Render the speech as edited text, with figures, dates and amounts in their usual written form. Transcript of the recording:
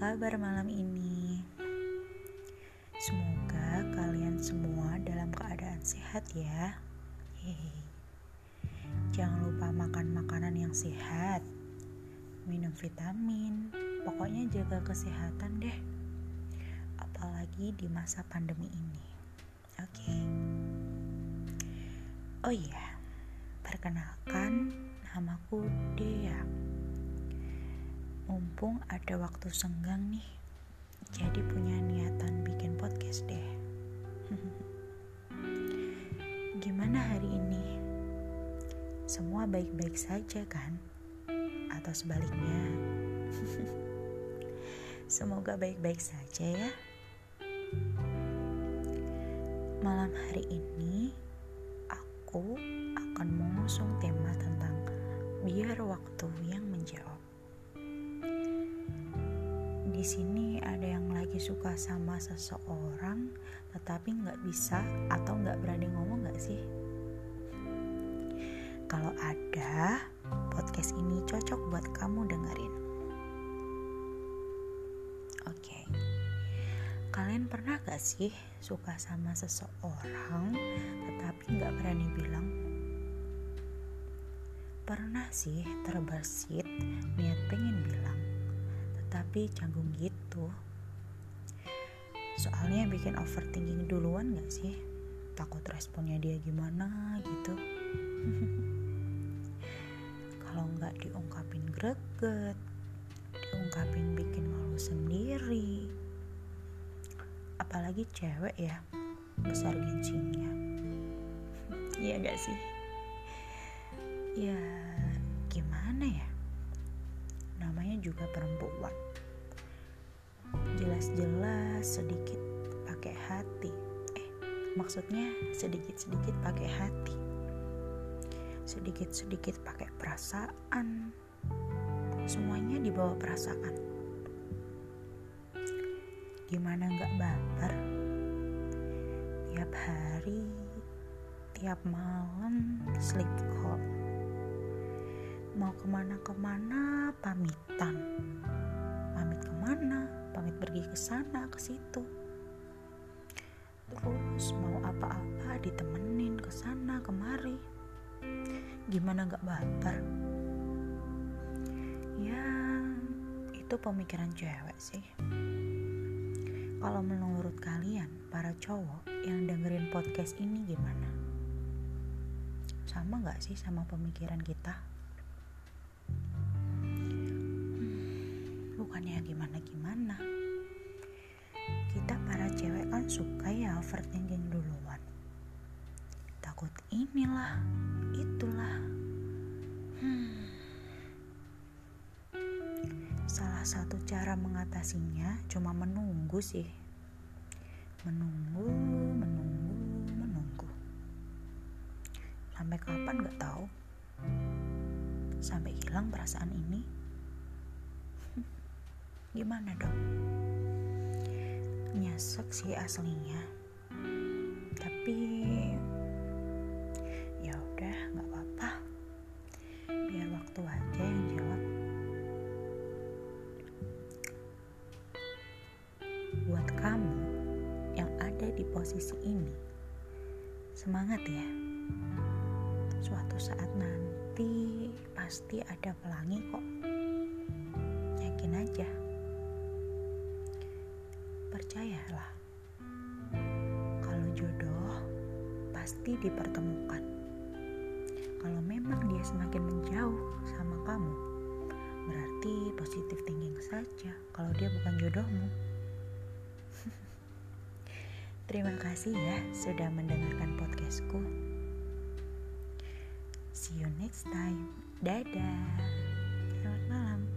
kabar malam ini? Semoga kalian semua dalam keadaan sehat ya. Hehe. Jangan lupa makan makanan yang sehat, minum vitamin, pokoknya jaga kesehatan deh. Apalagi di masa pandemi ini. Oke. Oh iya, perkenalkan, namaku Dea. Mumpung ada waktu senggang nih, jadi punya niatan bikin podcast deh. Gimana hari ini? Semua baik-baik saja kan? Atau sebaliknya? Semoga baik-baik saja ya. Malam hari ini aku akan mengusung tema tentang biar waktu yang menjawab. Di sini ada yang lagi suka sama seseorang tetapi nggak bisa atau nggak berani ngomong nggak sih? Kalau ada, podcast ini cocok buat kamu dengerin. Oke. Kalian pernah gak sih suka sama seseorang tetapi gak berani bilang? Pernah sih terbersit niat pengen bilang tetapi canggung gitu? Soalnya bikin overthinking duluan gak sih? Takut responnya dia gimana gitu. Kalau gak diungkapin greget, diungkapin bikin malu sendiri. Apalagi cewek ya, besar gengsinya. Iya gak sih? Ya gimana ya, namanya juga perempuan. Jelas-jelas sedikit pakai hati. Maksudnya sedikit-sedikit pakai hati, sedikit-sedikit pakai perasaan. Semuanya dibawa perasaan. Gimana gak baper? Tiap hari, tiap malam sleep call. Mau kemana-kemana pamitan. Pamit kemana? Pamit pergi ke sana ke situ. Terus mau apa-apa ditemenin ke sana kemari. Gimana gak baper? Ya, itu pemikiran cewek sih. Kalau menurut kalian, para cowok yang dengerin podcast ini gimana? Sama gak sih sama pemikiran kita? Bukannya gimana-gimana. Kita para cewek kan suka ya overthinking duluan. Takut inilah, itulah. Salah satu cara mengatasinya cuma menunggu sih. Menunggu. Sampai kapan gak tahu. Sampai hilang perasaan ini. Gimana dong? Nyesek sih aslinya. Tapi ya udah, gak apa-apa. Biar waktu aja yang jawab. Buat kamu yang ada di posisi ini, semangat ya. Suatu saat nanti pasti ada pelangi kok. Yakin aja. Percayalah. Kalau jodoh pasti dipertemukan. Kalau memang dia semakin menjauh sama kamu, berarti positif thinking saja kalau dia bukan jodohmu. Terima kasih ya sudah mendengarkan podcastku. See you next time. Dadah. Selamat malam.